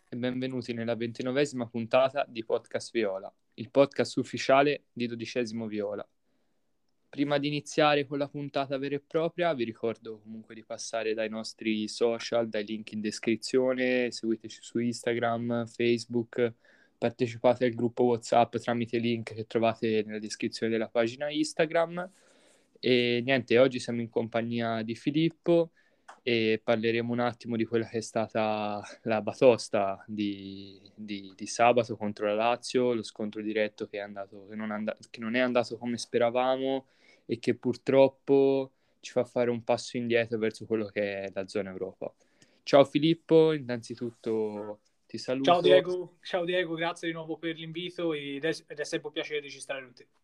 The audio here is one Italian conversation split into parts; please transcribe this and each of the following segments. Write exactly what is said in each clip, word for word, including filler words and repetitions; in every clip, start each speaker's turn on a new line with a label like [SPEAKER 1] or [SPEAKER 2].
[SPEAKER 1] e benvenuti nella ventinovesima puntata di Podcast Viola, il podcast ufficiale di dodicesimo Viola. Prima di iniziare con la puntata vera e propria, vi ricordo comunque di passare dai nostri social, dai link in descrizione, seguiteci su Instagram, Facebook, partecipate al gruppo WhatsApp tramite link che trovate nella descrizione della pagina Instagram. E niente, oggi siamo in compagnia di Filippo e parleremo un attimo di quella che è stata la batosta di, di, di sabato contro la Lazio, lo scontro diretto che è, andato, che non, and- che non è andato come speravamo e che purtroppo ci fa fare un passo indietro verso quello che è la zona Europa. Ciao Filippo, innanzitutto ti
[SPEAKER 2] Ciao
[SPEAKER 1] saluto.
[SPEAKER 2] Diego, ciao Diego, grazie di nuovo per l'invito ed è, ed è sempre un piacere registrare con te.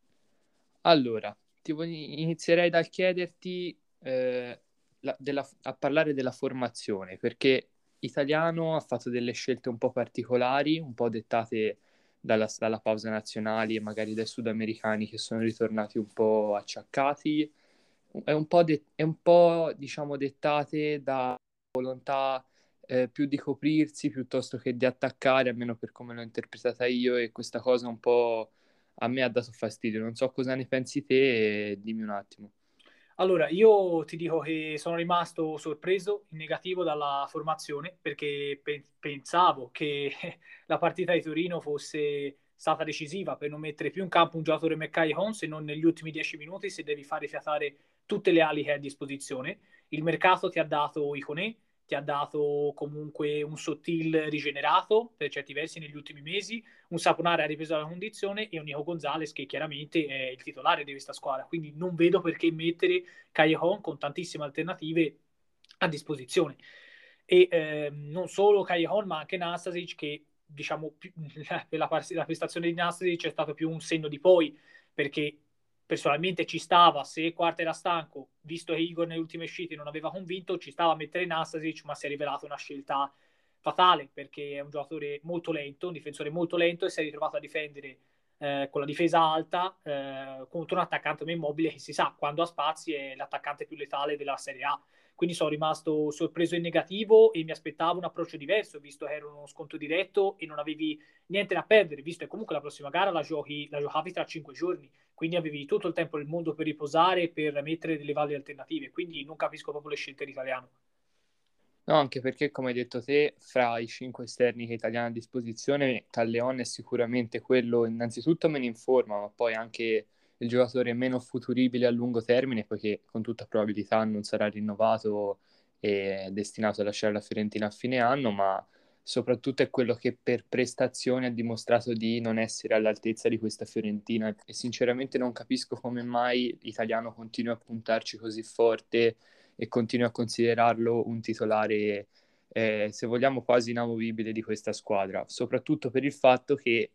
[SPEAKER 1] Allora, ti voglio- inizierei dal chiederti eh, la- della- a parlare della formazione, perché Italiano ha fatto delle scelte un po' particolari, un po' dettate dalla, dalla pausa nazionali e magari dai sudamericani che sono ritornati un po' acciaccati, è un po', de- è un po', diciamo, dettate da volontà eh, più di coprirsi piuttosto che di attaccare, almeno per come l'ho interpretata io, e questa cosa un po' a me ha dato fastidio. Non so cosa ne pensi te, e dimmi un attimo.
[SPEAKER 2] Allora, io ti dico che sono rimasto sorpreso in negativo dalla formazione perché pe- pensavo che la partita di Torino fosse stata decisiva per non mettere più in campo un giocatore McKay se non negli ultimi dieci minuti, se devi fare fiatare tutte le ali che hai a disposizione. Il mercato ti ha dato Iconé, ti ha dato comunque un Sottil rigenerato per certi versi negli ultimi mesi, un Saponara ha ripreso la condizione e un Nico Gonzalez che chiaramente è il titolare di questa squadra, quindi non vedo perché mettere Callejon con tantissime alternative a disposizione. E ehm, non solo Callejon ma anche Nastasic che diciamo più, per la, la prestazione di Nastasic è stato più un segno di poi perché personalmente ci stava, se Quarta era stanco, visto che Igor nelle ultime uscite non aveva convinto, ci stava a mettere Nastasic, ma si è rivelata una scelta fatale perché è un giocatore molto lento, un difensore molto lento e si è ritrovato a difendere eh, con la difesa alta eh, contro un attaccante immobile che si sa quando ha spazi è l'attaccante più letale della Serie A. Quindi sono rimasto sorpreso in negativo e mi aspettavo un approccio diverso, visto che era uno sconto diretto e non avevi niente da perdere, visto che comunque la prossima gara la, giochi, la giocavi tra cinque giorni, quindi avevi tutto il tempo del mondo per riposare e per mettere delle valide alternative, quindi non capisco proprio le scelte dell'italiano.
[SPEAKER 1] No, anche perché, come hai detto te, fra i cinque esterni che Italiano ha a disposizione, Calleon è sicuramente quello, innanzitutto meno in forma, ma poi anche il giocatore meno futuribile a lungo termine, poiché con tutta probabilità non sarà rinnovato e è destinato a lasciare la Fiorentina a fine anno, ma soprattutto è quello che per prestazioni ha dimostrato di non essere all'altezza di questa Fiorentina e sinceramente non capisco come mai l'italiano continui a puntarci così forte e continui a considerarlo un titolare, eh, se vogliamo, quasi inamovibile di questa squadra, soprattutto per il fatto che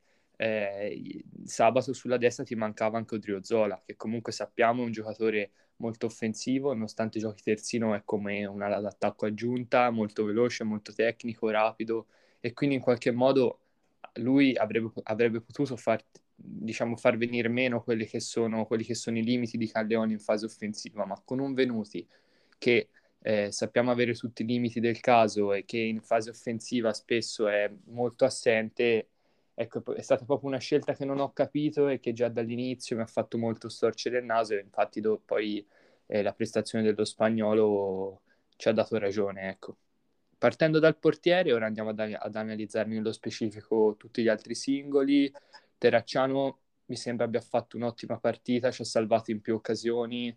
[SPEAKER 1] eh, sabato sulla destra ti mancava anche Odriozola, che comunque sappiamo è un giocatore molto offensivo, nonostante giochi terzino è come un'ala d'attacco aggiunta, molto veloce, molto tecnico, rapido, e quindi in qualche modo lui avrebbe, avrebbe potuto far, diciamo, far venire meno quelli che, sono, quelli che sono i limiti di Calleoni in fase offensiva, ma con un Venuti che eh, sappiamo avere tutti i limiti del caso e che in fase offensiva spesso è molto assente, ecco, è stata proprio una scelta che non ho capito e che già dall'inizio mi ha fatto molto storcere il naso e infatti do, poi eh, la prestazione dello spagnolo ci ha dato ragione, ecco. Partendo dal portiere, ora andiamo ad, ad analizzare nello specifico tutti gli altri singoli. Terracciano mi sembra abbia fatto un'ottima partita, ci ha salvato in più occasioni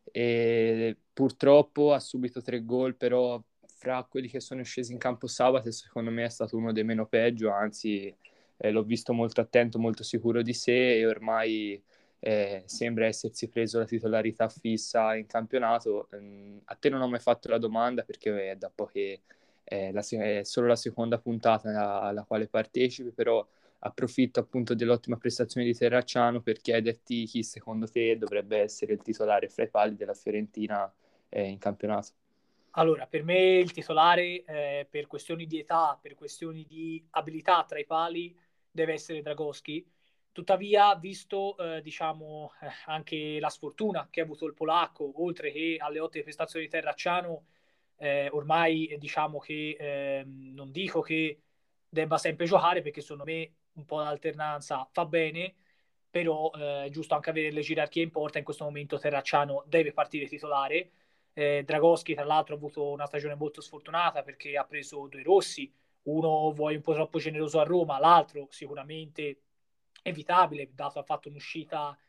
[SPEAKER 1] e purtroppo ha subito tre gol, però fra quelli che sono scesi in campo sabato secondo me è stato uno dei meno peggio, anzi eh, l'ho visto molto attento, molto sicuro di sé e ormai eh, sembra essersi preso la titolarità fissa in campionato. Mm, a te non ho mai fatto la domanda perché è da poche è, la, è solo la seconda puntata alla, alla quale partecipi, però approfitto appunto dell'ottima prestazione di Terracciano per chiederti chi secondo te dovrebbe essere il titolare fra i pali della Fiorentina eh, in campionato.
[SPEAKER 2] Allora, per me il titolare, eh, per questioni di età, per questioni di abilità tra i pali, deve essere Dragowski. Tuttavia, visto eh, diciamo, eh, anche la sfortuna che ha avuto il polacco, oltre che alle ottime prestazioni di Terracciano, eh, ormai eh, diciamo che eh, non dico che debba sempre giocare, perché secondo me un po' d'alternanza fa bene, però eh, è giusto anche avere le gerarchie in porta. In questo momento Terracciano deve partire titolare. eh, Dragoschi tra l'altro ha avuto una stagione molto sfortunata perché ha preso due rossi, uno vuoi un po' troppo generoso a Roma, l'altro sicuramente evitabile, dato ha fatto un'uscita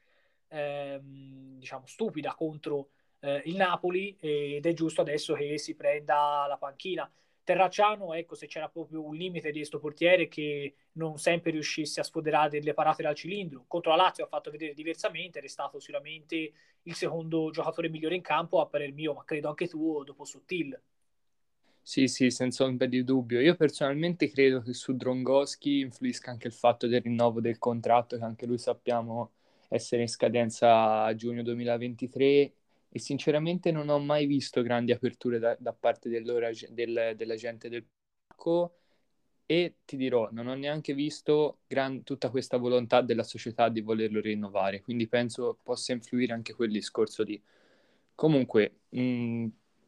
[SPEAKER 2] ehm, diciamo stupida contro eh, il Napoli, ed è giusto adesso che si prenda la panchina. Terracciano, ecco, se c'era proprio un limite di questo portiere che non sempre riuscisse a sfoderare delle parate dal cilindro. Contro la Lazio ha fatto vedere diversamente, è stato sicuramente il secondo giocatore migliore in campo, a parer mio, ma credo anche tu, dopo Sottil.
[SPEAKER 1] Sì, sì, senza ombra di dubbio. Io personalmente credo che su Drongoschi influisca anche il fatto del rinnovo del contratto, che anche lui sappiamo essere in scadenza a giugno duemilaventitré, e sinceramente non ho mai visto grandi aperture da, da parte dell'ora- del, della gente del Pacco, e ti dirò, non ho neanche visto gran- tutta questa volontà della società di volerlo rinnovare, quindi penso possa influire anche quel discorso lì. Comunque, mh,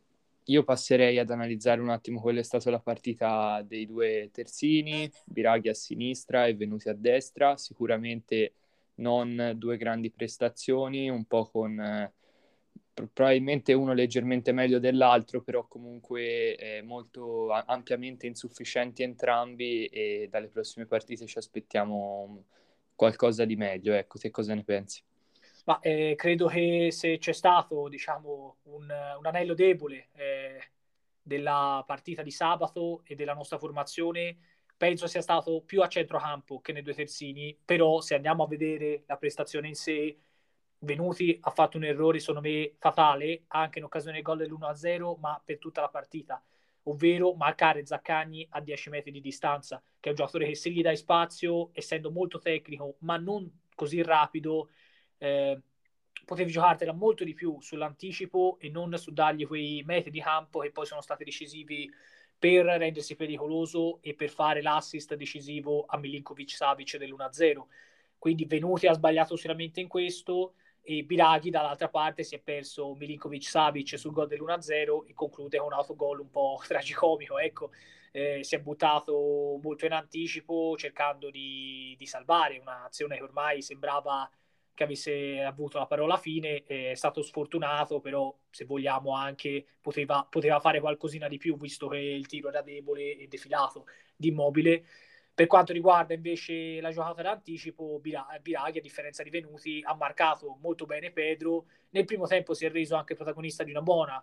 [SPEAKER 1] io passerei ad analizzare un attimo quella è stata la partita dei due terzini, Biraghi a sinistra e Venuti a destra. Sicuramente non due grandi prestazioni, un po' con eh, probabilmente uno leggermente meglio dell'altro, però comunque eh, molto a- ampiamente insufficienti entrambi, e dalle prossime partite ci aspettiamo qualcosa di meglio. Ecco, te cosa ne pensi?
[SPEAKER 2] Ma eh, credo che se c'è stato, diciamo, un, un anello debole eh, della partita di sabato e della nostra formazione, penso sia stato più a centrocampo che nei due terzini. Però se andiamo a vedere la prestazione in sé, Venuti ha fatto un errore, secondo me, fatale, anche in occasione del gol dell'uno a zero, ma per tutta la partita, ovvero marcare Zaccagni a dieci metri di distanza, che è un giocatore che se gli dai spazio, essendo molto tecnico, ma non così rapido, eh, potevi giocartela molto di più sull'anticipo e non su dargli quei metri di campo che poi sono stati decisivi per rendersi pericoloso e per fare l'assist decisivo a Milinkovic Savic dell'uno a zero. Quindi Venuti ha sbagliato sicuramente in questo, e Biraghi dall'altra parte si è perso Milinkovic Savic sul gol dell'uno a zero e conclude con un autogol un po' tragicomico, ecco. Eh, si è buttato molto in anticipo cercando di, di salvare un'azione che ormai sembrava che avesse avuto la parola fine. È stato sfortunato, però se vogliamo anche poteva, poteva fare qualcosina di più, visto che il tiro era debole e defilato di Immobile. Per quanto riguarda invece la giocata d'anticipo, Biraghi, a differenza di Venuti, ha marcato molto bene Pedro. Nel primo tempo si è reso anche protagonista di una buona,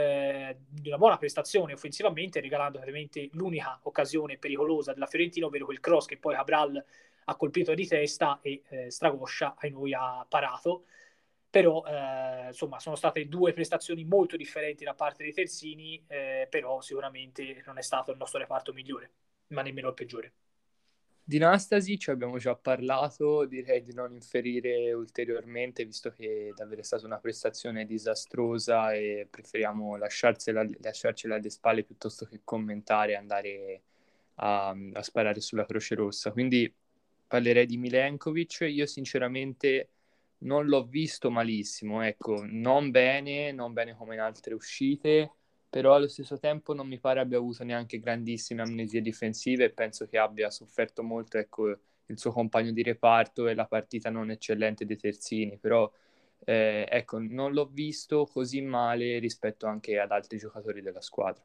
[SPEAKER 2] eh, di una buona prestazione offensivamente, regalando ovviamente l'unica occasione pericolosa della Fiorentina, ovvero quel cross che poi Cabral ha colpito di testa e eh, Stragoscia ai noi ha parato. Però eh, insomma sono state due prestazioni molto differenti da parte dei terzini, eh, però sicuramente non è stato il nostro reparto migliore, ma nemmeno il peggiore.
[SPEAKER 1] Di Nastasi ci abbiamo già parlato, direi di non inferire ulteriormente, visto che è davvero stata una prestazione disastrosa e preferiamo lasciarcela, lasciarcela alle spalle piuttosto che commentare e andare a, a sparare sulla Croce Rossa. Quindi parlerei di Milenkovic. Io sinceramente non l'ho visto malissimo, ecco, non bene, non bene come in altre uscite, però allo stesso tempo non mi pare abbia avuto neanche grandissime amnesie difensive, e penso che abbia sofferto molto, ecco, il suo compagno di reparto e la partita non eccellente dei terzini. Però eh, ecco, non l'ho visto così male rispetto anche ad altri giocatori della squadra.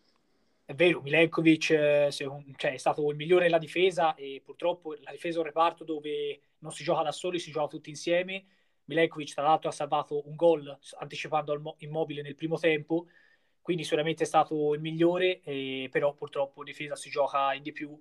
[SPEAKER 2] È vero, Milenkovic eh, secondo- cioè, è stato il migliore nella difesa, e purtroppo la difesa è un reparto dove non si gioca da soli, si gioca tutti insieme. Milenkovic tra l'altro ha salvato un gol anticipando al Immobile nel primo tempo, quindi sicuramente è stato il migliore, eh, però purtroppo in difesa si gioca in di più,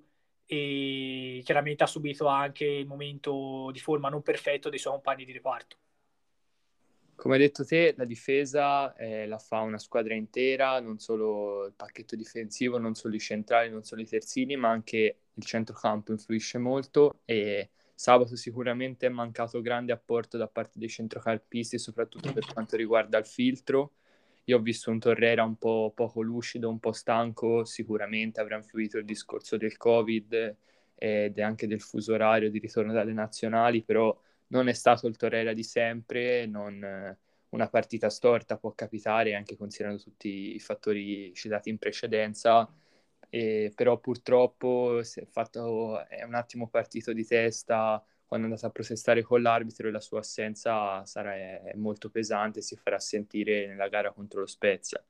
[SPEAKER 2] e chiaramente ha subito anche il momento di forma non perfetto dei suoi compagni di reparto.
[SPEAKER 1] Come hai detto te, la difesa eh, la fa una squadra intera, non solo il pacchetto difensivo, non solo i centrali, non solo i terzini, ma anche il centrocampo influisce molto, e sabato sicuramente è mancato grande apporto da parte dei centrocampisti, soprattutto per quanto riguarda il filtro. Io ho visto un Torreira un po' poco lucido, un po' stanco, sicuramente avrà influito il discorso del Covid ed anche del fuso orario di ritorno dalle nazionali, però non è stato il Torreira di sempre, non, una partita storta può capitare anche considerando tutti i fattori citati in precedenza, e, però purtroppo si è, fatto, è un attimo partito di testa quando è andato a protestare con l'arbitro e la sua assenza sarà è molto pesante, si farà sentire nella gara contro lo Spezia.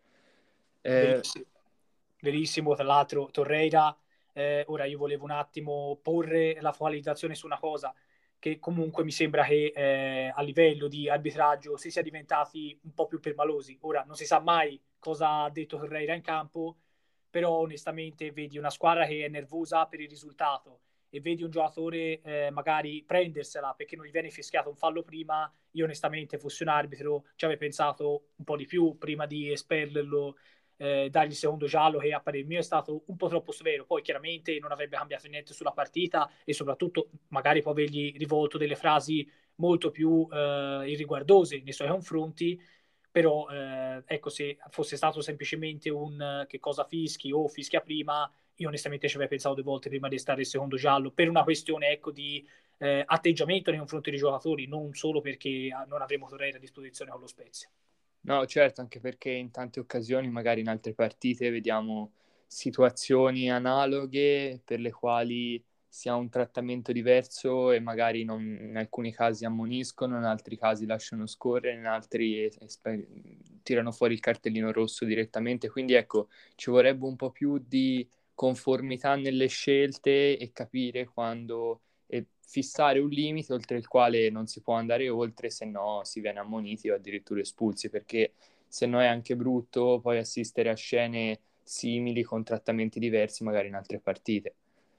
[SPEAKER 1] Eh,
[SPEAKER 2] Verissimo, verissimo. Tra l'altro Torreira, eh, ora io volevo un attimo porre la focalizzazione su una cosa che comunque mi sembra che eh, a livello di arbitraggio si sia diventati un po' più permalosi. Ora non si sa mai cosa ha detto Torreira in campo, però onestamente vedi una squadra che è nervosa per il risultato e vedi un giocatore eh, magari prendersela perché non gli viene fischiato un fallo prima. Io onestamente fossi un arbitro ci avrei pensato un po' di più prima di esperlerlo, eh, dargli il secondo giallo, che a parer mio è stato un po' troppo severo. Poi chiaramente non avrebbe cambiato niente sulla partita e soprattutto magari può avergli rivolto delle frasi molto più eh, irriguardose nei suoi confronti, però eh, ecco, se fosse stato semplicemente un uh, che cosa fischi o fischia prima, io onestamente ci avrei pensato due volte prima di stare il secondo giallo, per una questione ecco di eh, atteggiamento nei confronti dei giocatori, non solo perché non avremo Torreira a disposizione con lo Spezia.
[SPEAKER 1] No, certo, anche perché in tante occasioni, magari in altre partite, vediamo situazioni analoghe per le quali si ha un trattamento diverso e magari non- in alcuni casi ammoniscono, in altri casi lasciano scorrere, in altri espe- tirano fuori il cartellino rosso direttamente. Quindi ecco, ci vorrebbe un po' più di conformità nelle scelte e capire quando e fissare un limite oltre il quale non si può andare oltre, se no si viene ammoniti o addirittura espulsi, perché se no è anche brutto poi assistere a scene simili con trattamenti diversi magari in altre partite.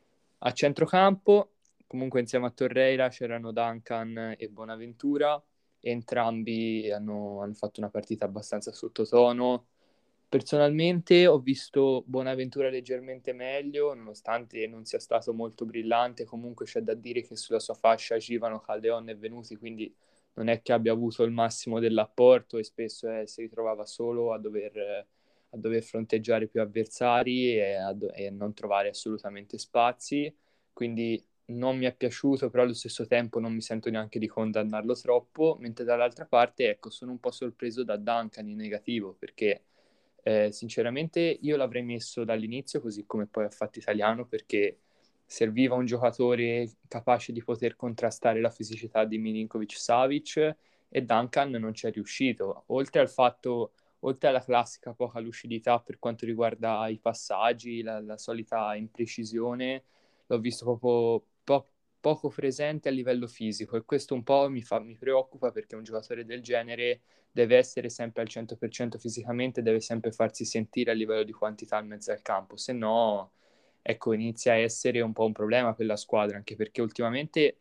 [SPEAKER 1] A centrocampo, comunque insieme a Torreira c'erano Duncan e Bonaventura, entrambi hanno, hanno fatto una partita abbastanza sottotono. Personalmente ho visto Bonaventura leggermente meglio, nonostante non sia stato molto brillante, comunque c'è da dire che sulla sua fascia agivano Caldeon e Venuti, quindi non è che abbia avuto il massimo dell'apporto e spesso eh, si ritrovava solo a dover, eh, a dover fronteggiare più avversari e a, do- e non trovare assolutamente spazi, quindi non mi è piaciuto, però allo stesso tempo non mi sento neanche di condannarlo troppo, mentre dall'altra parte, ecco, sono un po' sorpreso da Duncan in negativo, perché eh, sinceramente io l'avrei messo dall'inizio, così come poi ha fatto Italiano, perché serviva un giocatore capace di poter contrastare la fisicità di Milinkovic-Savic e Duncan non ci è riuscito. Oltre al fatto, oltre alla classica poca lucidità per quanto riguarda i passaggi, la, la solita imprecisione, l'ho visto proprio po- poco presente a livello fisico e questo un po' mi, fa, mi preoccupa perché un giocatore del genere deve essere sempre al cento per cento fisicamente, deve sempre farsi sentire a livello di quantità in mezzo al campo, se no ecco, inizia a essere un po' un problema per la squadra, anche perché ultimamente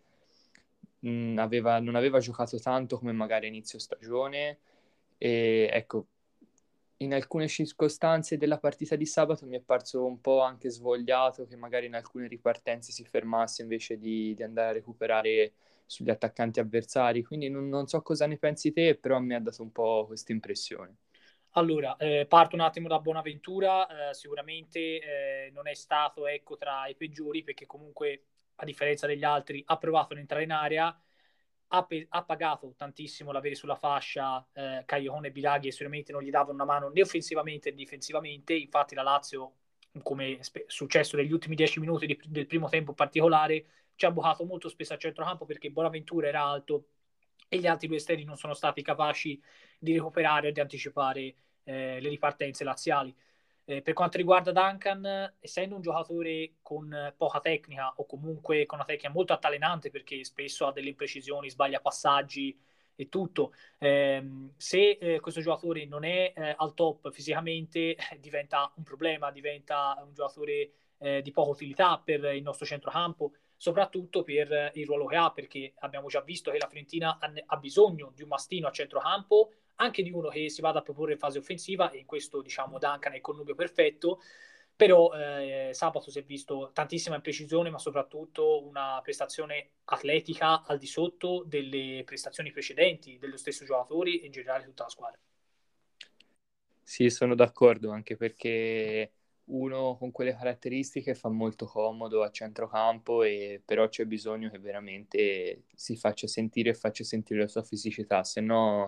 [SPEAKER 1] mh, aveva, non aveva giocato tanto come magari a inizio stagione e ecco, in alcune circostanze della partita di sabato mi è parso un po' anche svogliato che magari in alcune ripartenze si fermasse invece di, di andare a recuperare sugli attaccanti avversari, quindi non, non so cosa ne pensi te, però a me ha dato un po' questa impressione.
[SPEAKER 2] Allora, eh, parto un attimo da Bonaventura, eh, sicuramente eh, non è stato ecco, tra i peggiori perché comunque a differenza degli altri ha provato ad entrare in area, ha, pe- ha pagato tantissimo l'avere sulla fascia eh, Callejon e Biraghi e sicuramente non gli davano una mano né offensivamente né difensivamente, infatti la Lazio, come è spe- successo negli ultimi dieci minuti di- del primo tempo in particolare, ci ha bucato molto spesso a centrocampo perché Bonaventura era alto e gli altri due esterni non sono stati capaci di recuperare e di anticipare eh, le ripartenze laziali. Eh, per quanto riguarda Duncan, essendo un giocatore con poca tecnica o comunque con una tecnica molto altalenante perché spesso ha delle imprecisioni, sbaglia passaggi e tutto, ehm, se eh, questo giocatore non è eh, al top fisicamente eh, diventa un problema, diventa un giocatore eh, di poca utilità per il nostro centrocampo, soprattutto per il ruolo che ha, perché abbiamo già visto che la Fiorentina ha, ha bisogno di un mastino a centrocampo, anche di uno che si vada a proporre in fase offensiva, e in questo diciamo Duncan è il connubio perfetto, però eh, sabato si è visto tantissima imprecisione, ma soprattutto una prestazione atletica al di sotto delle prestazioni precedenti dello stesso giocatore e in generale tutta la squadra.
[SPEAKER 1] Sì, sono d'accordo, anche perché uno con quelle caratteristiche fa molto comodo a centrocampo, e però c'è bisogno che veramente si faccia sentire e faccia sentire la sua fisicità, se no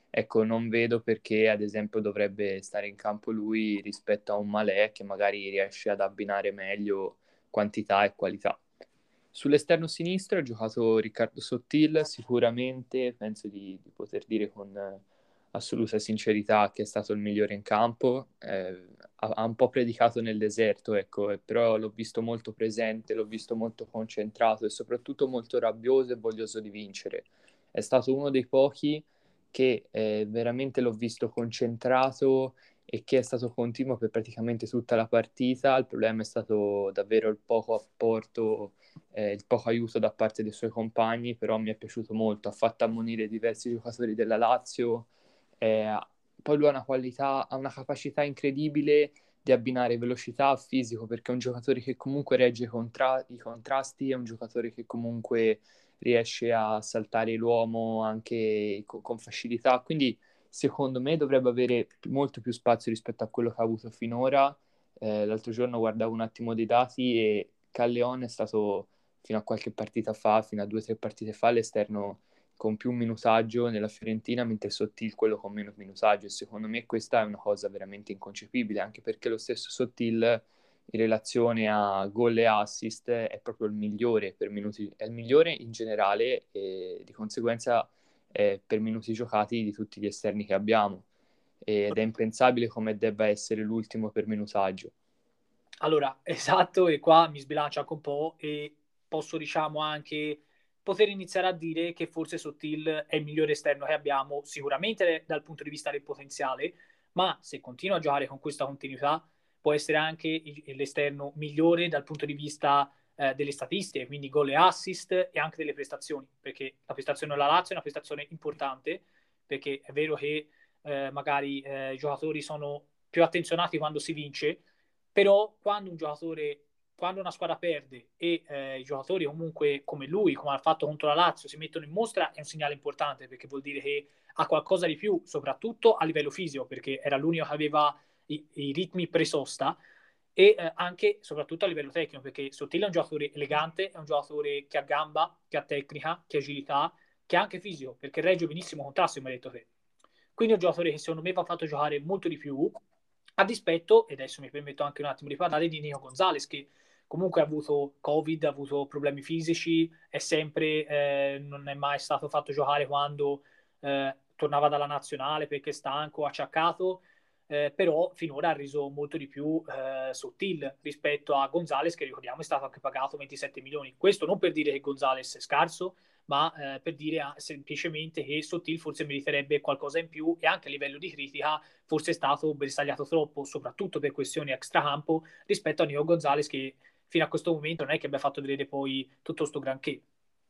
[SPEAKER 1] ecco, non vedo perché ad esempio dovrebbe stare in campo lui rispetto a un Malè che magari riesce ad abbinare meglio quantità e qualità. Sull'esterno sinistro ha giocato Riccardo Sottil, sicuramente penso di, di poter dire con eh, assoluta sincerità che è stato il migliore in campo, eh, ha, ha un po' predicato nel deserto, ecco, eh, però l'ho visto molto presente, l'ho visto molto concentrato e soprattutto molto rabbioso e voglioso di vincere. È stato uno dei pochi che eh, veramente l'ho visto concentrato e che è stato continuo per praticamente tutta la partita. Il problema è stato davvero il poco apporto, eh, il poco aiuto da parte dei suoi compagni, però mi è piaciuto molto. Ha fatto ammonire diversi giocatori della Lazio. Eh, poi lui ha una qualità, ha una capacità incredibile di abbinare velocità a fisico, perché è un giocatore che comunque regge contra- i contrasti, è un giocatore che comunque riesce a saltare l'uomo anche co- con facilità, quindi secondo me dovrebbe avere molto più spazio rispetto a quello che ha avuto finora. Eh, l'altro giorno guardavo un attimo dei dati e Calleon è stato fino a qualche partita fa, fino a due o tre partite fa, l'esterno con più minutaggio nella Fiorentina, mentre Sottil quello con meno minutaggio, e secondo me questa è una cosa veramente inconcepibile, anche perché lo stesso Sottil in relazione a gol e assist è proprio il migliore per minuti, è il migliore in generale e di conseguenza eh, per minuti giocati di tutti gli esterni che abbiamo, ed è impensabile come debba essere l'ultimo per minutaggio.
[SPEAKER 2] Allora, esatto, e qua mi sbilancio anche un po' e posso, diciamo, anche poter iniziare a dire che forse Sottil è il migliore esterno che abbiamo, sicuramente dal punto di vista del potenziale, ma se continua a giocare con questa continuità può essere anche l'esterno migliore dal punto di vista eh, delle statistiche, quindi gol e assist e anche delle prestazioni, perché la prestazione della Lazio è una prestazione importante, perché è vero che eh, magari eh, i giocatori sono più attenzionati quando si vince, però quando un giocatore, quando una squadra perde e eh, i giocatori comunque come lui, come ha fatto contro la Lazio, si mettono in mostra, è un segnale importante perché vuol dire che ha qualcosa di più, soprattutto a livello fisico, perché era l'unico che aveva i, i ritmi pre-sosta e eh, anche soprattutto a livello tecnico, perché Sottile è un giocatore elegante, è un giocatore che ha gamba, che ha tecnica, che ha agilità, che ha anche fisico, perché regge benissimo contrasto, come hai detto te. Quindi è un giocatore che secondo me va fatto giocare molto di più, a dispetto, e adesso mi permetto anche un attimo di parlare di Nico Gonzalez, che comunque ha avuto Covid, ha avuto problemi fisici, è sempre, eh, non è mai stato fatto giocare quando eh, tornava dalla nazionale perché è stanco, acciaccato, eh, però finora ha reso molto di più eh, Sottil rispetto a Gonzalez, che ricordiamo è stato anche pagato ventisette milioni. Questo non per dire che Gonzalez è scarso, ma eh, per dire ah, semplicemente che Sottil forse meriterebbe qualcosa in più e anche a livello di critica forse è stato bersagliato troppo, soprattutto per questioni extracampo, rispetto a Nico Gonzalez che fino a questo momento non è che abbia fatto vedere poi tutto sto granché.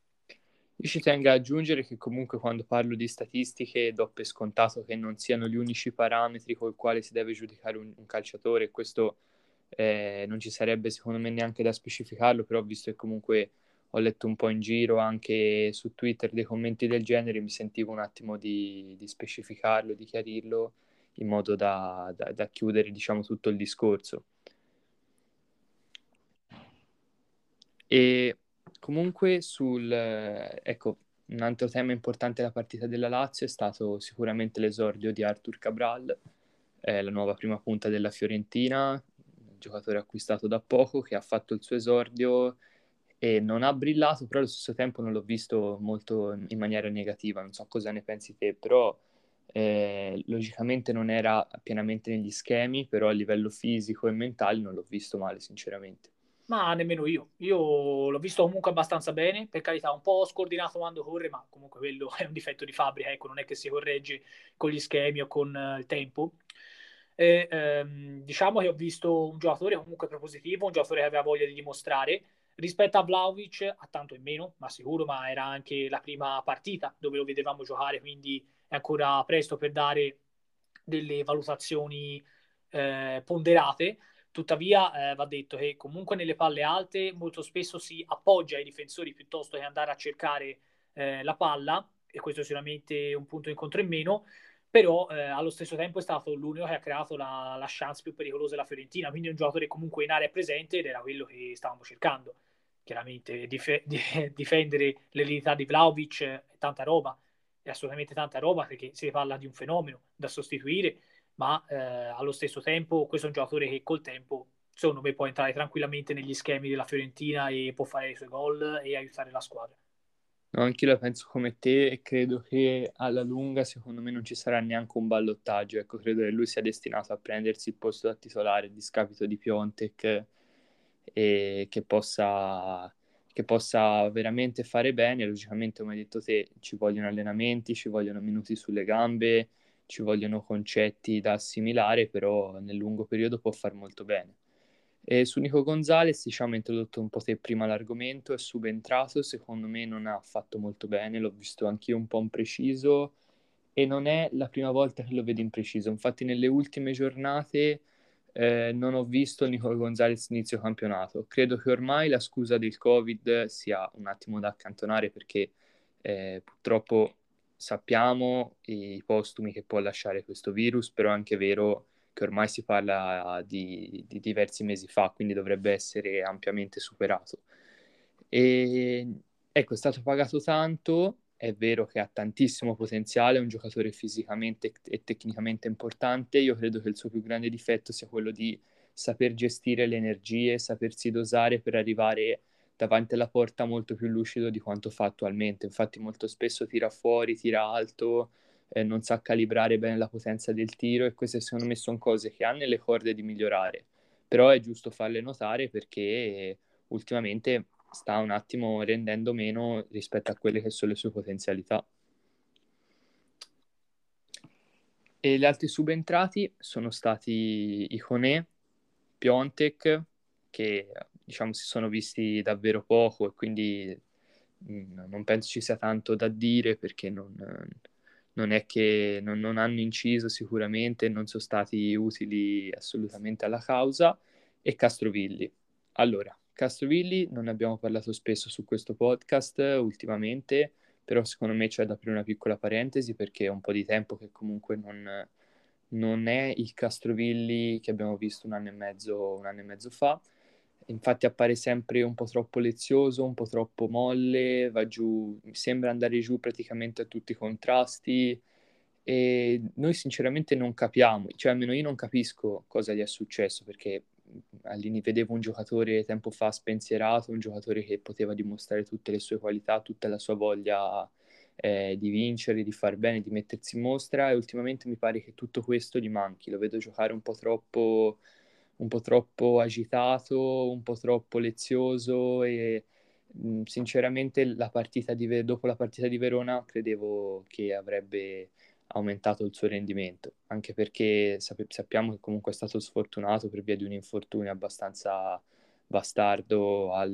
[SPEAKER 1] Io ci tengo ad aggiungere che comunque quando parlo di statistiche do per scontato che non siano gli unici parametri con i quali si deve giudicare un, un calciatore, questo eh, non ci sarebbe secondo me neanche da specificarlo, però visto che comunque ho letto un po' in giro anche su Twitter dei commenti del genere, mi sentivo un attimo di, di specificarlo, di chiarirlo in modo da, da, da chiudere diciamo tutto il discorso. E comunque sul, eh, ecco, un altro tema importante della partita della Lazio è stato sicuramente l'esordio di Artur Cabral, eh, la nuova prima punta della Fiorentina, un giocatore acquistato da poco che ha fatto il suo esordio e non ha brillato, però allo stesso tempo non l'ho visto molto in maniera negativa, non so cosa ne pensi te, però eh, logicamente non era pienamente negli schemi, però a livello fisico e mentale non l'ho visto male, sinceramente.
[SPEAKER 2] Ma nemmeno io. Io l'ho visto comunque abbastanza bene, per carità, un po' scordinato quando corre, ma comunque quello è un difetto di fabbrica, ecco, non è che si corregge con gli schemi o con uh, il tempo. E, ehm, diciamo che ho visto un giocatore comunque propositivo, un giocatore che aveva voglia di dimostrare. Rispetto a Vlahovic, a tanto in meno, ma sicuro, ma era anche la prima partita dove lo vedevamo giocare, quindi è ancora presto per dare delle valutazioni eh, ponderate. Tuttavia, eh, va detto che comunque nelle palle alte molto spesso si appoggia ai difensori piuttosto che andare a cercare eh, la palla, e questo è sicuramente un punto incontro in meno, però eh, allo stesso tempo è stato l'unico che ha creato la, la chance più pericolosa della Fiorentina, quindi un giocatore comunque in area presente ed era quello che stavamo cercando. Chiaramente dif- difendere l'eredità di Vlahovic è tanta roba, è assolutamente tanta roba, perché si parla di un fenomeno da sostituire, ma eh, allo stesso tempo questo è un giocatore che col tempo, secondo me, può entrare tranquillamente negli schemi della Fiorentina e può fare i suoi gol e aiutare la squadra.
[SPEAKER 1] No, anche io la penso come te e credo che alla lunga, secondo me, non ci sarà neanche un ballottaggio. Ecco, credo che lui sia destinato a prendersi il posto da titolare a discapito di Piontek e che possa, che possa veramente fare bene. Logicamente, come hai detto te, ci vogliono allenamenti, ci vogliono minuti sulle gambe, ci vogliono concetti da assimilare, però nel lungo periodo può far molto bene. E su Nico Gonzalez, diciamo, ha introdotto un po' te prima l'argomento, è subentrato, secondo me non ha fatto molto bene, l'ho visto anch'io un po' impreciso e non è la prima volta che lo vedo impreciso, infatti nelle ultime giornate eh, non ho visto Nico Gonzalez inizio campionato, credo che ormai la scusa del Covid sia un attimo da accantonare perché eh, purtroppo sappiamo i postumi che può lasciare questo virus, però è anche vero che ormai si parla di, di diversi mesi fa, quindi dovrebbe essere ampiamente superato. E ecco, è stato pagato tanto, è vero che ha tantissimo potenziale, è un giocatore fisicamente e tecnicamente importante, io credo che il suo più grande difetto sia quello di saper gestire le energie, sapersi dosare per arrivare davanti alla porta molto più lucido di quanto fa attualmente. Infatti molto spesso tira fuori, tira alto, eh, non sa calibrare bene la potenza del tiro e queste secondo me sono cose che ha nelle corde di migliorare. Però è giusto farle notare perché ultimamente sta un attimo rendendo meno rispetto a quelle che sono le sue potenzialità. E gli altri subentrati sono stati Iconé, Piontek, che diciamo si sono visti davvero poco e quindi mh, non penso ci sia tanto da dire perché non, non è che non, non hanno inciso sicuramente, non sono stati utili assolutamente alla causa, e Castrovilli. Allora, Castrovilli non ne abbiamo parlato spesso su questo podcast ultimamente, però secondo me c'è da aprire una piccola parentesi perché è un po' di tempo che comunque non, non è il Castrovilli che abbiamo visto un anno e mezzo, un anno e mezzo fa. Infatti appare sempre un po' troppo lezioso, un po' troppo molle, va giù, sembra andare giù praticamente a tutti i contrasti e noi sinceramente non capiamo, cioè almeno io non capisco cosa gli è successo perché all'inizio vedevo un giocatore tempo fa spensierato, un giocatore che poteva dimostrare tutte le sue qualità, tutta la sua voglia eh, di vincere, di far bene, di mettersi in mostra e ultimamente mi pare che tutto questo gli manchi, lo vedo giocare un po' troppo, un po' troppo agitato, un po' troppo lezioso e mh, sinceramente la partita di, dopo la partita di Verona credevo che avrebbe aumentato il suo rendimento, anche perché sap- sappiamo che comunque è stato sfortunato per via di un infortunio abbastanza bastardo al,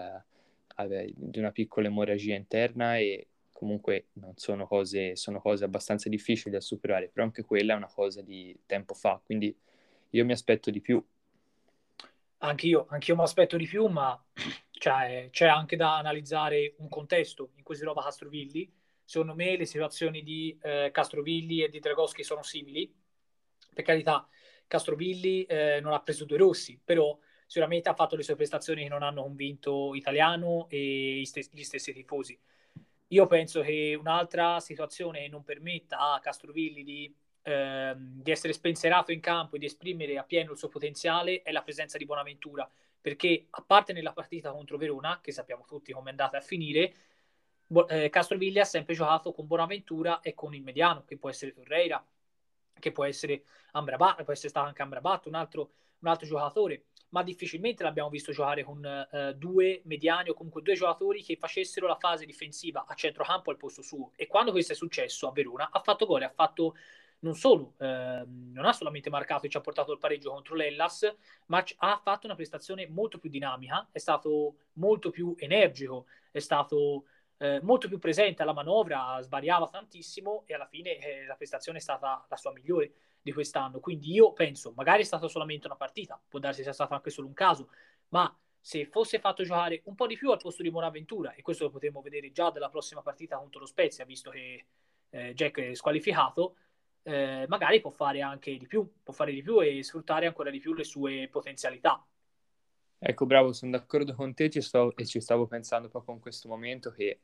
[SPEAKER 1] al, di una piccola emorragia interna e comunque non sono cose, sono cose abbastanza difficili da superare, però anche quella è una cosa di tempo fa, quindi io mi aspetto di più.
[SPEAKER 2] Anch'io, anch'io mi aspetto di più, ma cioè, c'è anche da analizzare un contesto in cui si trova Castrovilli. Secondo me le situazioni di eh, Castrovilli e di Dragoschi sono simili. Per carità, Castrovilli eh, non ha preso due rossi, però sicuramente ha fatto le sue prestazioni che non hanno convinto Italiano e gli stessi, gli stessi tifosi. Io penso che un'altra situazione che non permetta a Castrovilli di, ehm, di essere spensierato in campo e di esprimere appieno il suo potenziale è la presenza di Bonaventura, perché a parte nella partita contro Verona, che sappiamo tutti come è andata a finire, Bo- eh, Castrovilli ha sempre giocato con Bonaventura e con il mediano, che può essere Torreira, che può essere Amrabat, può essere stato anche Amrabat, un altro, un altro giocatore, ma difficilmente l'abbiamo visto giocare con eh, due mediani o comunque due giocatori che facessero la fase difensiva a centrocampo al posto suo. E quando questo è successo a Verona ha fatto gol, ha fatto non solo, eh, non ha solamente marcato e ci ha portato il pareggio contro l'Hellas, ma ha fatto una prestazione molto più dinamica, è stato molto più energico, è stato eh, molto più presente alla manovra, sbagliava tantissimo e alla fine eh, la prestazione è stata la sua migliore di quest'anno. Quindi io penso, magari è stata solamente una partita, può darsi sia stato anche solo un caso, ma se fosse fatto giocare un po' di più al posto di Bonaventura, e questo lo potremo vedere già dalla prossima partita contro lo Spezia, visto che eh, Jack è squalificato, eh, magari può fare anche di più, può fare di più e sfruttare ancora di più le sue potenzialità.
[SPEAKER 1] Ecco, bravo, sono d'accordo con te ci sto, e ci stavo pensando proprio in questo momento che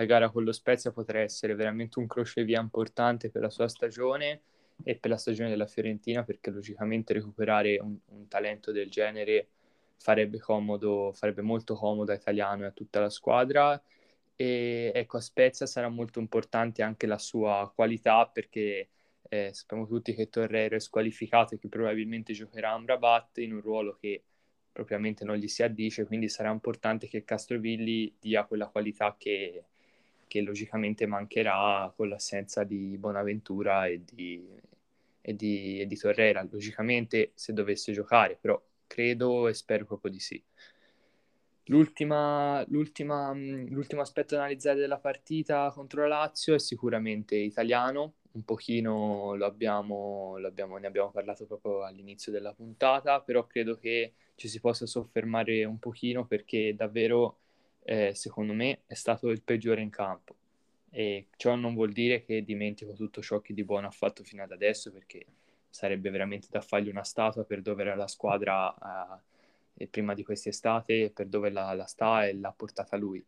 [SPEAKER 1] la gara con lo Spezia potrà essere veramente un crocevia importante per la sua stagione e per la stagione della Fiorentina, perché logicamente recuperare un, un talento del genere farebbe comodo, farebbe molto comodo a Italiano e a tutta la squadra. E ecco, a Spezia sarà molto importante anche la sua qualità, perché eh, sappiamo tutti che Torreira è squalificato e che probabilmente giocherà a Amrabat in un ruolo che propriamente non gli si addice, quindi sarà importante che Castrovilli dia quella qualità che, che logicamente mancherà con l'assenza di Bonaventura e di, e di, e di Torreira, logicamente se dovesse giocare, però credo e spero proprio di sì. L'ultima, l'ultima, l'ultimo aspetto da analizzare della partita contro la Lazio è sicuramente italiano, un pochino lo abbiamo, lo abbiamo, ne abbiamo parlato proprio all'inizio della puntata, però credo che ci si possa soffermare un pochino perché davvero, eh, secondo me, è stato il peggiore in campo. E ciò non vuol dire che dimentico tutto ciò che di buono ha fatto fino ad adesso, perché sarebbe veramente da fargli una statua per dove era la squadra eh, prima di quest'estate, per dove la, la sta e l'ha portata lui.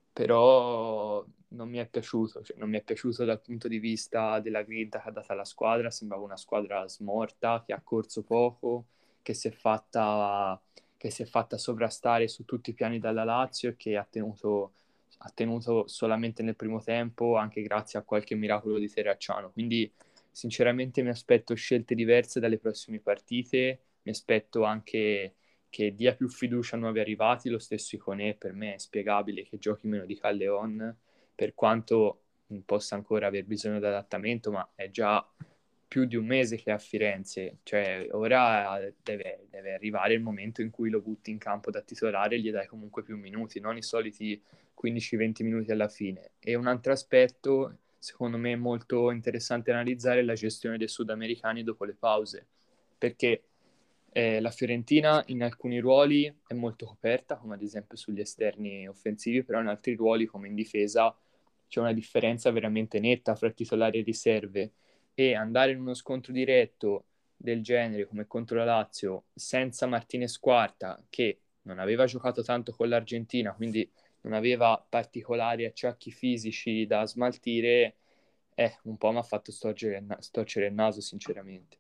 [SPEAKER 1] Però non mi è piaciuto, cioè non mi è piaciuto dal punto di vista della grinta che ha data la squadra, sembrava una squadra smorta, che ha corso poco, che si è fatta, che si è fatta sovrastare su tutti i piani dalla Lazio e che ha tenuto, ha tenuto solamente nel primo tempo, anche grazie a qualche miracolo di Terracciano. Quindi sinceramente mi aspetto scelte diverse dalle prossime partite, mi aspetto anche che dia più fiducia a nuovi arrivati. Lo stesso Iconè, per me è spiegabile che giochi meno di Calleon, per quanto possa ancora aver bisogno di adattamento, ma è già più di un mese che è a Firenze, cioè ora deve, deve arrivare il momento in cui lo butti in campo da titolare e gli dai comunque più minuti, non i soliti quindici venti minuti alla fine. E un altro aspetto, secondo me molto interessante analizzare, è la gestione dei sudamericani dopo le pause, perché eh, la Fiorentina in alcuni ruoli è molto coperta, come ad esempio sugli esterni offensivi, però in altri ruoli, come in difesa, c'è una differenza veramente netta fra titolari e riserve, e andare in uno scontro diretto del genere come contro la Lazio senza Martinez Quarta, che non aveva giocato tanto con l'Argentina, quindi non aveva particolari acciacchi fisici da smaltire, eh, un po' mi ha fatto storcere, storcere il naso, sinceramente.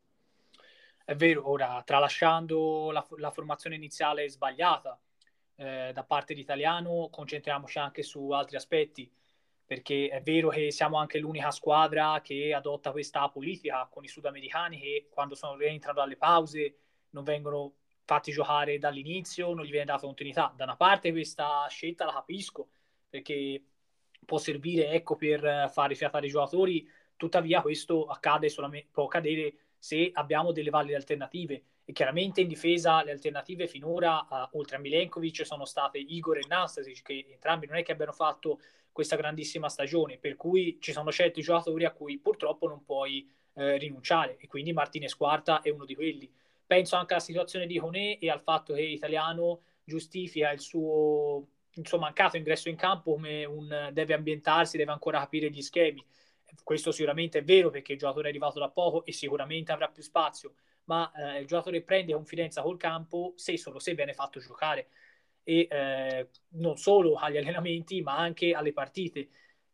[SPEAKER 2] È vero, ora tralasciando la, la formazione iniziale sbagliata eh, da parte di Italiano, concentriamoci anche su altri aspetti, perché è vero che siamo anche l'unica squadra che adotta questa politica con i sudamericani che quando sono, rientrano dalle pause non vengono fatti giocare dall'inizio, non gli viene data continuità. Da una parte questa scelta la capisco, perché può servire ecco, per far rifiatare i giocatori, tuttavia questo accade solamente, può accadere se abbiamo delle valide alternative. E chiaramente in difesa le alternative finora, uh, oltre a Milenkovic, sono state Igor e Nastasic, che entrambi non è che abbiano fatto questa grandissima stagione, per cui ci sono certi giocatori a cui purtroppo non puoi eh, rinunciare, e quindi Martinez Quarta è uno di quelli. Penso anche alla situazione di Honey e al fatto che Italiano giustifica il suo, il suo mancato ingresso in campo come un deve ambientarsi, deve ancora capire gli schemi. Questo sicuramente è vero perché il giocatore è arrivato da poco e sicuramente avrà più spazio, ma eh, il giocatore prende confidenza col campo se solo se viene fatto giocare, e eh, non solo agli allenamenti ma anche alle partite.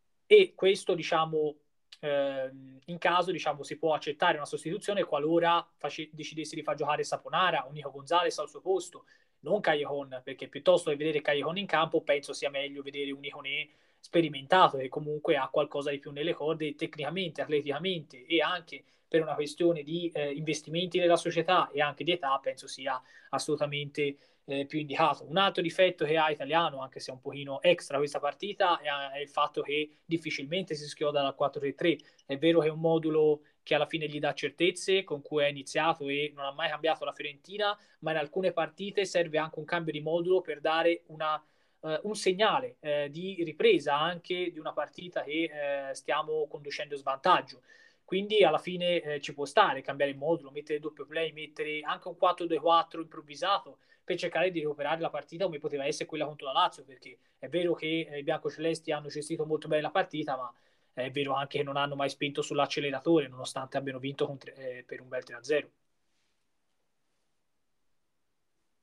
[SPEAKER 2] E questo diciamo eh, in caso diciamo si può accettare una sostituzione qualora face- decidessi di far giocare Saponara o Nico Gonzalez al suo posto, non Callejon, perché piuttosto che vedere Callejon in campo penso sia meglio vedere un Iconè sperimentato che comunque ha qualcosa di più nelle corde tecnicamente, atleticamente, e anche per una questione di eh, investimenti nella società e anche di età penso sia assolutamente eh, più indicato. Un altro difetto che ha Italiano, anche se è un pochino extra questa partita, è, è il fatto che difficilmente si schioda dal quattro tre tre. È vero che è un modulo che alla fine gli dà certezze, con cui è iniziato e non ha mai cambiato la Fiorentina, ma in alcune partite serve anche un cambio di modulo per dare una, uh, un segnale uh, di ripresa anche di una partita che uh, stiamo conducendo in svantaggio. Quindi alla fine eh, ci può stare cambiare il modulo, mettere doppio play, mettere anche un quattro due quattro improvvisato per cercare di recuperare la partita come poteva essere quella contro la Lazio, perché è vero che eh, i biancocelesti hanno gestito molto bene la partita, ma è vero anche che non hanno mai spinto sull'acceleratore, nonostante abbiano vinto con, eh, per un bel tre a zero.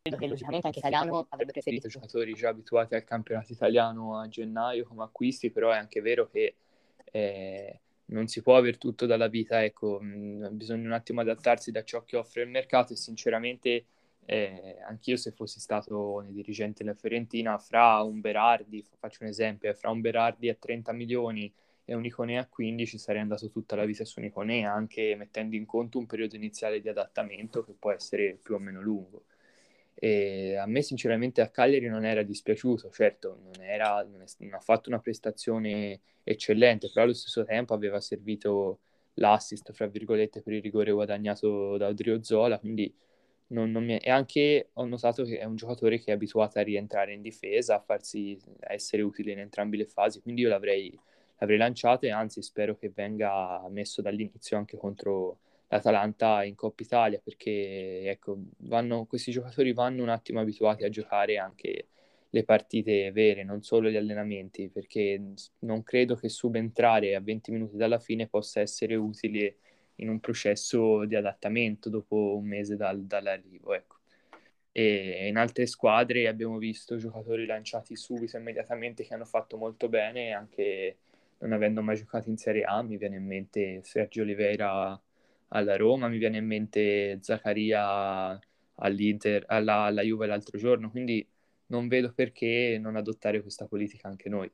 [SPEAKER 1] credo che logicamente anche Italiano avrebbe preferito giocatori già abituati al campionato italiano a gennaio come acquisti, però è anche vero che eh, non si può avere tutto dalla vita, ecco, mh, bisogna un attimo adattarsi da ciò che offre il mercato e sinceramente eh, anch'io se fossi stato nei dirigenti della Fiorentina, fra un Berardi, faccio un esempio, eh, fra un Berardi a trenta milioni e un Iconè a quindici sarei andato tutta la vita su un Iconè, anche mettendo in conto un periodo iniziale di adattamento che può essere più o meno lungo. E a me sinceramente a Cagliari non era dispiaciuto, certo non, era, non, è, non ha fatto una prestazione eccellente, però allo stesso tempo aveva servito l'assist, fra virgolette, per il rigore guadagnato da Odriozola, quindi non, non mi è... e anche ho notato che è un giocatore che è abituato a rientrare in difesa, a farsi a essere utile in entrambe le fasi, quindi io l'avrei, l'avrei lanciato e anzi spero che venga messo dall'inizio anche contro l'Atalanta in Coppa Italia, perché ecco, vanno, questi giocatori vanno un attimo abituati a giocare anche le partite vere, non solo gli allenamenti, perché non credo che subentrare a venti minuti dalla fine possa essere utile in un processo di adattamento dopo un mese dal, dall'arrivo, ecco. E in altre squadre abbiamo visto giocatori lanciati subito, immediatamente, che hanno fatto molto bene, anche non avendo mai giocato in Serie A. Mi viene in mente Sergio Oliveira alla Roma, mi viene in mente Zaccaria all'Inter, alla, alla Juve l'altro giorno, quindi non vedo perché non adottare questa politica anche noi.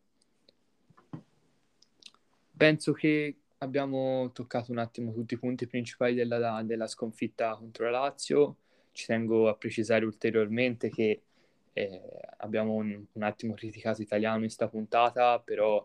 [SPEAKER 1] Penso che abbiamo toccato un attimo tutti i punti principali della, della sconfitta contro la Lazio. Ci tengo a precisare ulteriormente che eh, abbiamo un, un attimo criticato Italiano in questa puntata, però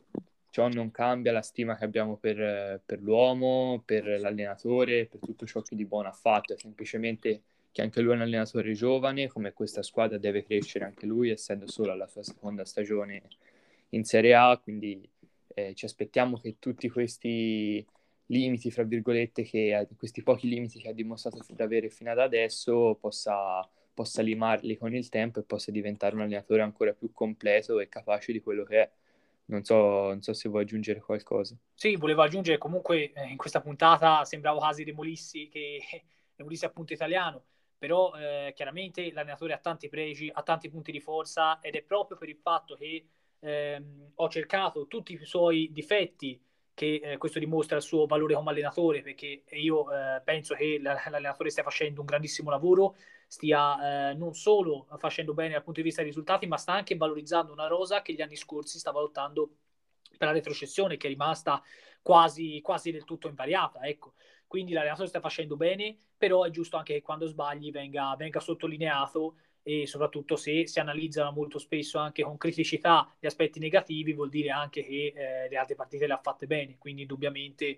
[SPEAKER 1] ciò non cambia la stima che abbiamo per, per l'uomo, per l'allenatore, per tutto ciò che di buono ha fatto. È semplicemente che anche lui è un allenatore giovane, come questa squadra deve crescere anche lui, essendo solo alla sua seconda stagione in Serie A, quindi eh, ci aspettiamo che tutti questi limiti, fra virgolette, che questi pochi limiti che ha dimostrato di avere fino ad adesso possa, possa limarli con il tempo e possa diventare un allenatore ancora più completo e capace di quello che è. Non so, non so se vuoi aggiungere qualcosa.
[SPEAKER 2] Sì, volevo aggiungere comunque eh, in questa puntata sembravo quasi Demolissi, che Demolissi appunto italiano, però eh, chiaramente l'allenatore ha tanti pregi, ha tanti punti di forza ed è proprio per il fatto che ehm, ho cercato tutti i suoi difetti che eh, questo dimostra il suo valore come allenatore, perché io eh, penso che l'allenatore stia facendo un grandissimo lavoro, stia eh, non solo facendo bene dal punto di vista dei risultati, ma sta anche valorizzando una rosa che gli anni scorsi stava lottando per la retrocessione, che è rimasta quasi, quasi del tutto invariata. Ecco. Quindi l'allenatore sta facendo bene, però è giusto anche che quando sbagli venga, venga sottolineato e soprattutto se si analizzano molto spesso anche con criticità gli aspetti negativi, vuol dire anche che eh, le altre partite le ha fatte bene. Quindi indubbiamente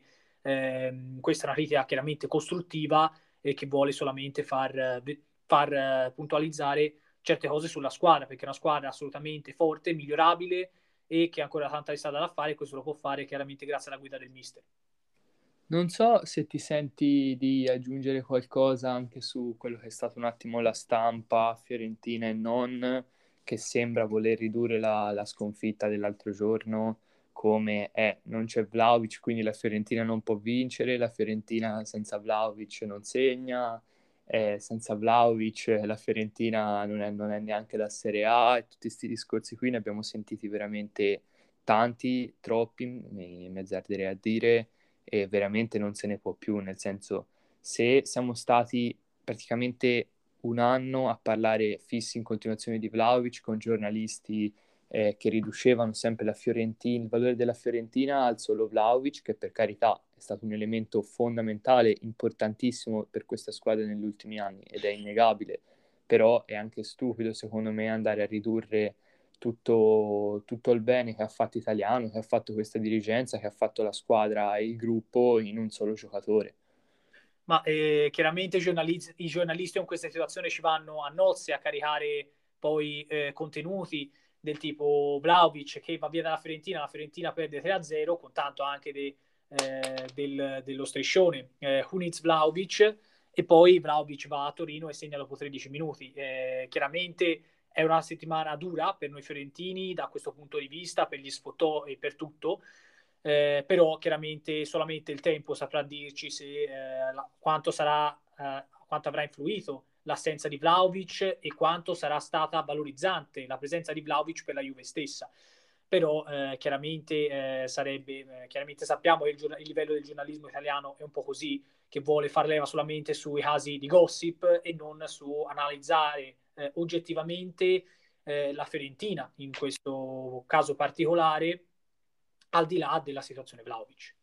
[SPEAKER 2] ehm, questa è una critica chiaramente costruttiva e che vuole solamente far, far eh, puntualizzare certe cose sulla squadra, perché è una squadra assolutamente forte, migliorabile e che ha ancora tanta strada da fare, e questo lo può fare chiaramente grazie alla guida del mister.
[SPEAKER 1] Non so se ti senti di aggiungere qualcosa anche su quello che è stato un attimo la stampa fiorentina e non, che sembra voler ridurre la, la sconfitta dell'altro giorno come è, non c'è Vlahovic, quindi la Fiorentina non può vincere, la Fiorentina senza Vlahovic non segna, eh, senza Vlahovic la Fiorentina non è, non è neanche la Serie A, e tutti questi discorsi qui ne abbiamo sentiti veramente tanti, troppi, mi, mi azzarderei a dire, e veramente non se ne può più, nel senso, se siamo stati praticamente un anno a parlare fissi in continuazione di Vlahovic con giornalisti eh, che riducevano sempre la Fiorentina, il valore della Fiorentina al solo Vlahovic, che per carità è stato un elemento fondamentale, importantissimo per questa squadra negli ultimi anni ed è innegabile, però è anche stupido secondo me andare a ridurre tutto, tutto il bene che ha fatto Italiano, che ha fatto questa dirigenza, che ha fatto la squadra e il gruppo in un solo giocatore.
[SPEAKER 2] Ma eh, chiaramente i giornalisti, i giornalisti in questa situazione ci vanno a nozze a caricare poi eh, contenuti del tipo Vlahovic che va via dalla Fiorentina, la Fiorentina perde tre a zero, con tanto anche de, eh, del, dello striscione eh, Hunic Vlahovic, e poi Vlahovic va a Torino e segna dopo tredici minuti. Eh, chiaramente è una settimana dura per noi fiorentini da questo punto di vista, per gli sfottò e per tutto, eh, però chiaramente solamente il tempo saprà dirci se, eh, la, quanto, sarà, eh, quanto avrà influito l'assenza di Vlahovic e quanto sarà stata valorizzante la presenza di Vlahovic per la Juve stessa. Però eh, chiaramente eh, sarebbe, eh, chiaramente sappiamo che il, giorn- il livello del giornalismo italiano è un po' così, che vuole far leva solamente sui casi di gossip e non su analizzare eh, oggettivamente eh, la Fiorentina in questo caso particolare, al di là della situazione Vlahovic.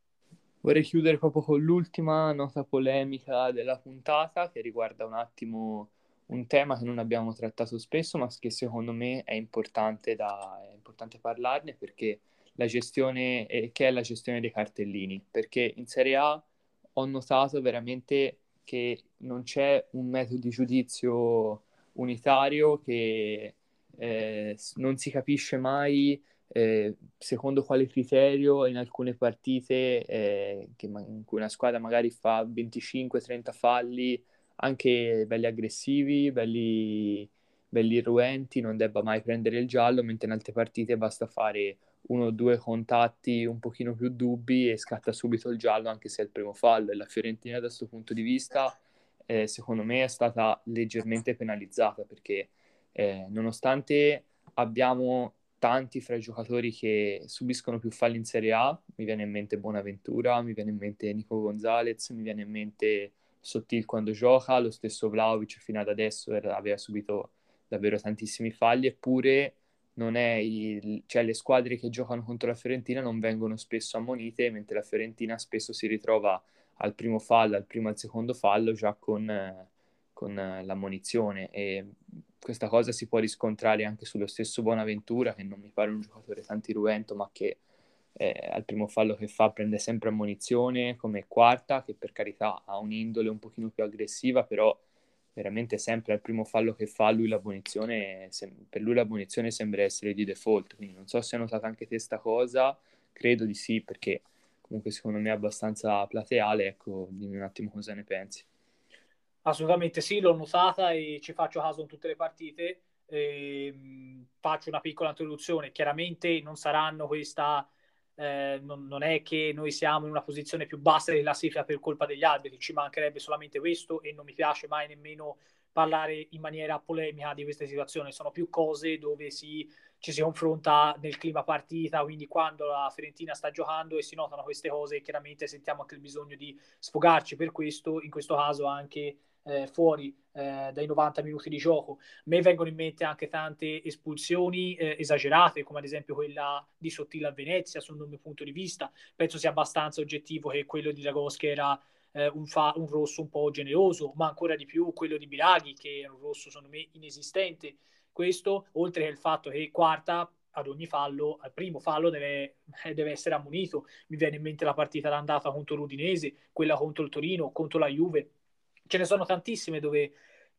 [SPEAKER 1] Vorrei chiudere proprio con l'ultima nota polemica della puntata, che riguarda un attimo un tema che non abbiamo trattato spesso, ma che secondo me è importante, da, è importante parlarne, perché la gestione, eh, che è la gestione dei cartellini. Perché in Serie A ho notato veramente che non c'è un metodo di giudizio unitario, che eh, non si capisce mai eh, secondo quale criterio in alcune partite eh, che ma- in cui una squadra magari fa venticinque trenta falli, anche belli aggressivi, belli, belli irruenti, non debba mai prendere il giallo, mentre in altre partite basta fare uno o due contatti un pochino più dubbi e scatta subito il giallo anche se è il primo fallo. E la Fiorentina da questo punto di vista eh, secondo me è stata leggermente penalizzata, perché eh, nonostante abbiamo tanti fra i giocatori che subiscono più falli in Serie A, mi viene in mente Bonaventura, mi viene in mente Nico Gonzalez, mi viene in mente Sottil quando gioca, lo stesso Vlahovic fino ad adesso era, aveva subito davvero tantissimi falli, eppure non è il, cioè le squadre che giocano contro la Fiorentina non vengono spesso ammonite, mentre la Fiorentina spesso si ritrova al primo fallo, al primo e al secondo fallo già con, eh, con eh, l'ammonizione, e questa cosa si può riscontrare anche sullo stesso Bonaventura, che non mi pare un giocatore tanto irruento, ma che eh, al primo fallo che fa prende sempre ammonizione, come Quarta, che per carità ha un'indole un pochino più aggressiva, però veramente sempre al primo fallo che fa lui l'abbonizione, sem- per lui l'abbonizione sembra essere di default, quindi non so se hai notato anche te sta cosa, credo di sì, perché comunque secondo me è abbastanza plateale, ecco, dimmi un attimo cosa ne pensi.
[SPEAKER 2] Assolutamente sì, l'ho notata e ci faccio caso in tutte le partite. Ehm, faccio una piccola introduzione. Chiaramente non saranno questa, eh, non, non è che noi siamo in una posizione più bassa di classifica per colpa degli arbitri, ci mancherebbe solamente questo e non mi piace mai nemmeno parlare in maniera polemica di queste situazioni. Sono più cose dove si, ci si confronta nel clima partita, quindi quando la Fiorentina sta giocando e si notano queste cose, chiaramente sentiamo anche il bisogno di sfogarci per questo, in questo caso anche eh, fuori eh, dai novanta minuti di gioco. A me vengono in mente anche tante espulsioni eh, esagerate, come ad esempio quella di Sottile a Venezia, sul mio punto di vista. Penso sia abbastanza oggettivo che quello di Dragoschi era eh, un, fa- un rosso un po' generoso, ma ancora di più quello di Biraghi, che era un rosso secondo me inesistente. Questo, oltre che il fatto che Quarta ad ogni fallo, al primo fallo deve, deve essere ammonito. Mi viene in mente la partita d'andata contro l'Udinese, quella contro il Torino, contro la Juve. Ce ne sono tantissime dove,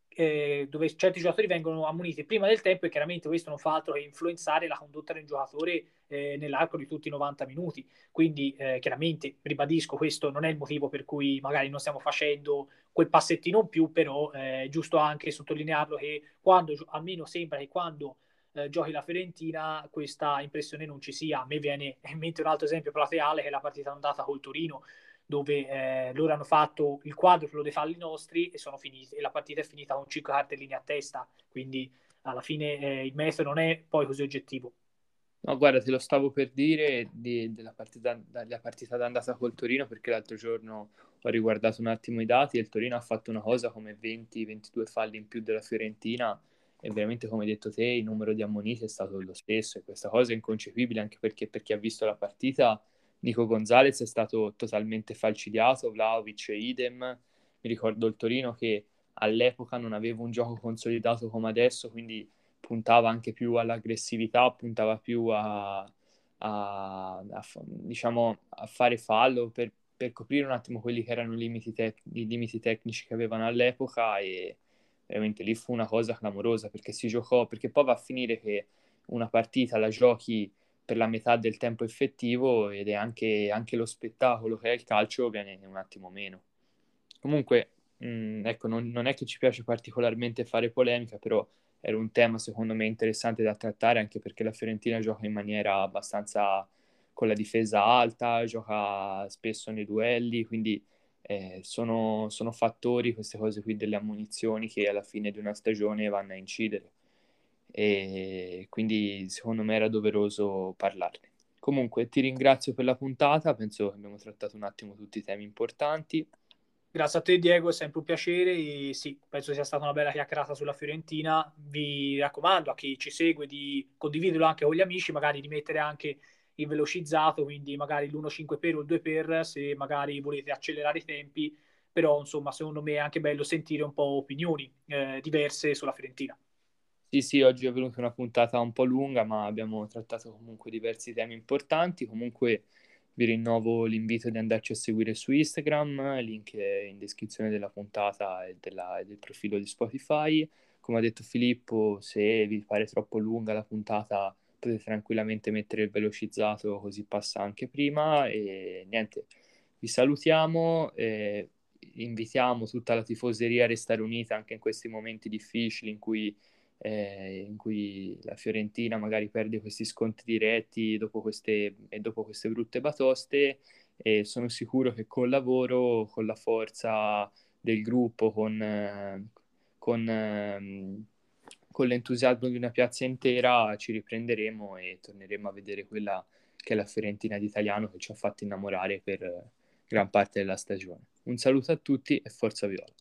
[SPEAKER 2] eh, dove certi giocatori vengono ammoniti prima del tempo e chiaramente questo non fa altro che influenzare la condotta di un giocatore eh, nell'arco di tutti i novanta minuti. Quindi eh, chiaramente, ribadisco, questo non è il motivo per cui magari non stiamo facendo quel passettino in più, però eh, è giusto anche sottolinearlo che quando, almeno sembra che quando eh, giochi la Fiorentina questa impressione non ci sia. A me viene in mente un altro esempio plateale che è la partita andata col Torino, dove eh, loro hanno fatto il quadruplo dei falli nostri e sono finiti, e la partita è finita con cinque cartellini a testa, quindi alla fine eh, il metodo non è poi così oggettivo.
[SPEAKER 1] No, guarda, te lo stavo per dire di- della partita, della partita d'andata col Torino, perché l'altro giorno ho riguardato un attimo i dati e il Torino ha fatto una cosa come venti ventidue falli in più della Fiorentina, e veramente, come hai detto te, il numero di ammoniti è stato lo stesso, e questa cosa è inconcepibile anche perché per chi ha visto la partita Nico Gonzalez è stato totalmente falcidiato, Vlahovic idem. Mi ricordo il Torino che all'epoca non aveva un gioco consolidato come adesso, quindi puntava anche più all'aggressività, puntava più a, a, a, diciamo, a fare fallo per, per coprire un attimo quelli che erano i limiti, tec- i limiti tecnici che avevano all'epoca, e veramente lì fu una cosa clamorosa, perché si giocò, perché poi va a finire che una partita la giochi per la metà del tempo effettivo, ed è anche, anche lo spettacolo che è il calcio viene un attimo meno. Comunque, mh, ecco, non, non è che ci piace particolarmente fare polemica, però era un tema secondo me interessante da trattare, anche perché la Fiorentina gioca in maniera abbastanza con la difesa alta, gioca spesso nei duelli, quindi eh, sono, sono fattori, queste cose qui delle ammonizioni, che alla fine di una stagione vanno a incidere, e quindi secondo me era doveroso parlarne. Comunque ti ringrazio per la puntata, penso che abbiamo trattato un attimo tutti i temi importanti.
[SPEAKER 2] Grazie a te Diego, è sempre un piacere e sì, penso sia stata una bella chiacchierata sulla Fiorentina. Vi raccomando a chi ci segue di condividerlo anche con gli amici, magari di mettere anche il velocizzato, quindi magari l'uno virgola cinque per o il due per se magari volete accelerare i tempi, però insomma secondo me è anche bello sentire un po' opinioni eh, diverse sulla Fiorentina.
[SPEAKER 1] Sì, sì, oggi è venuta una puntata un po' lunga, ma abbiamo trattato comunque diversi temi importanti. Comunque vi rinnovo l'invito di andarci a seguire su Instagram, link è in descrizione della puntata e, della, e del profilo di Spotify. Come ha detto Filippo, se vi pare troppo lunga la puntata, potete tranquillamente mettere il velocizzato, così passa anche prima. E niente, vi salutiamo, e invitiamo tutta la tifoseria a restare unita anche in questi momenti difficili in cui eh, in cui la Fiorentina magari perde questi scontri diretti dopo queste, e dopo queste brutte batoste, e sono sicuro che col lavoro, con la forza del gruppo, con, eh, con, ehm, con l'entusiasmo di una piazza intera ci riprenderemo e torneremo a vedere quella che è la Fiorentina d'Italiano che ci ha fatto innamorare per gran parte della stagione. Un saluto a tutti e forza Viola.